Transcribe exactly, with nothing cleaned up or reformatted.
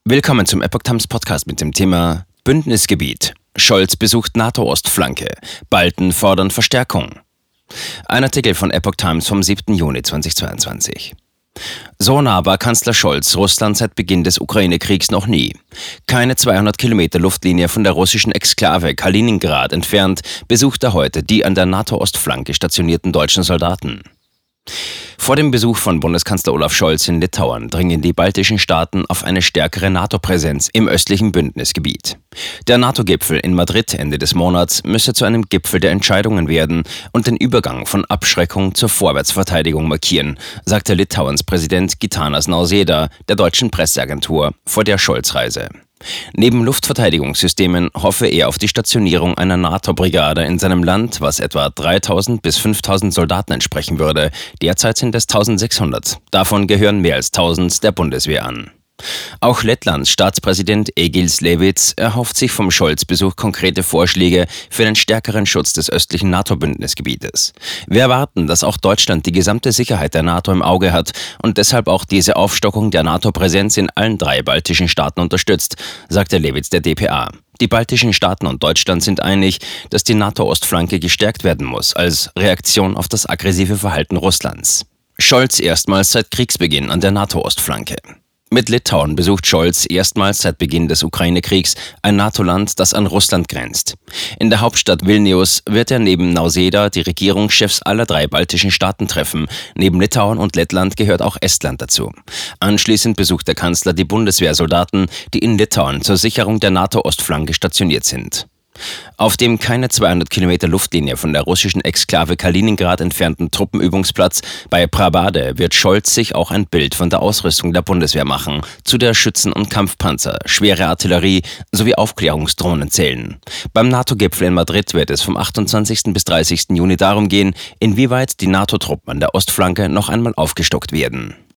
Willkommen zum Epoch Times Podcast mit dem Thema Bündnisgebiet. Scholz besucht NATO-Ostflanke. Balten fordern Verstärkung. Ein Artikel von Epoch Times vom siebten Juni zweitausendzweiundzwanzig. So nah war Kanzler Scholz Russland seit Beginn des Ukraine-Kriegs noch nie. Keine zweihundert Kilometer Luftlinie von der russischen Exklave Kaliningrad entfernt besucht er heute die an der NATO-Ostflanke stationierten deutschen Soldaten. Vor dem Besuch von Bundeskanzler Olaf Scholz in Litauen dringen die baltischen Staaten auf eine stärkere NATO-Präsenz im östlichen Bündnisgebiet. Der NATO-Gipfel in Madrid Ende des Monats müsse zu einem Gipfel der Entscheidungen werden und den Übergang von Abschreckung zur Vorwärtsverteidigung markieren, sagte Litauens Präsident Gitanas Nausėda der deutschen Presseagentur vor der Scholz-Reise. Neben Luftverteidigungssystemen hoffe er auf die Stationierung einer NATO-Brigade in seinem Land, was etwa dreitausend bis fünftausend Soldaten entsprechen würde. Derzeit sind es eintausendsechshundert. Davon gehören mehr als tausend der Bundeswehr an. Auch Lettlands Staatspräsident Egils Levits erhofft sich vom Scholz-Besuch konkrete Vorschläge für den stärkeren Schutz des östlichen NATO-Bündnisgebietes. Wir erwarten, dass auch Deutschland die gesamte Sicherheit der NATO im Auge hat und deshalb auch diese Aufstockung der NATO-Präsenz in allen drei baltischen Staaten unterstützt, sagte Levits der D P A. Die baltischen Staaten und Deutschland sind einig, dass die NATO-Ostflanke gestärkt werden muss, als Reaktion auf das aggressive Verhalten Russlands. Scholz erstmals seit Kriegsbeginn an der NATO-Ostflanke. Mit Litauen besucht Scholz erstmals seit Beginn des Ukraine-Kriegs ein NATO-Land, das an Russland grenzt. In der Hauptstadt Vilnius wird er neben Nausėda die Regierungschefs aller drei baltischen Staaten treffen. Neben Litauen und Lettland gehört auch Estland dazu. Anschließend besucht der Kanzler die Bundeswehrsoldaten, die in Litauen zur Sicherung der NATO-Ostflanke stationiert sind. Auf dem keine zweihundert Kilometer Luftlinie von der russischen Exklave Kaliningrad entfernten Truppenübungsplatz bei Pravade wird Scholz sich auch ein Bild von der Ausrüstung der Bundeswehr machen, zu der Schützen- und Kampfpanzer, schwere Artillerie sowie Aufklärungsdrohnen zählen. Beim NATO-Gipfel in Madrid wird es vom achtundzwanzigsten bis dreißigsten Juni darum gehen, inwieweit die NATO-Truppen an der Ostflanke noch einmal aufgestockt werden.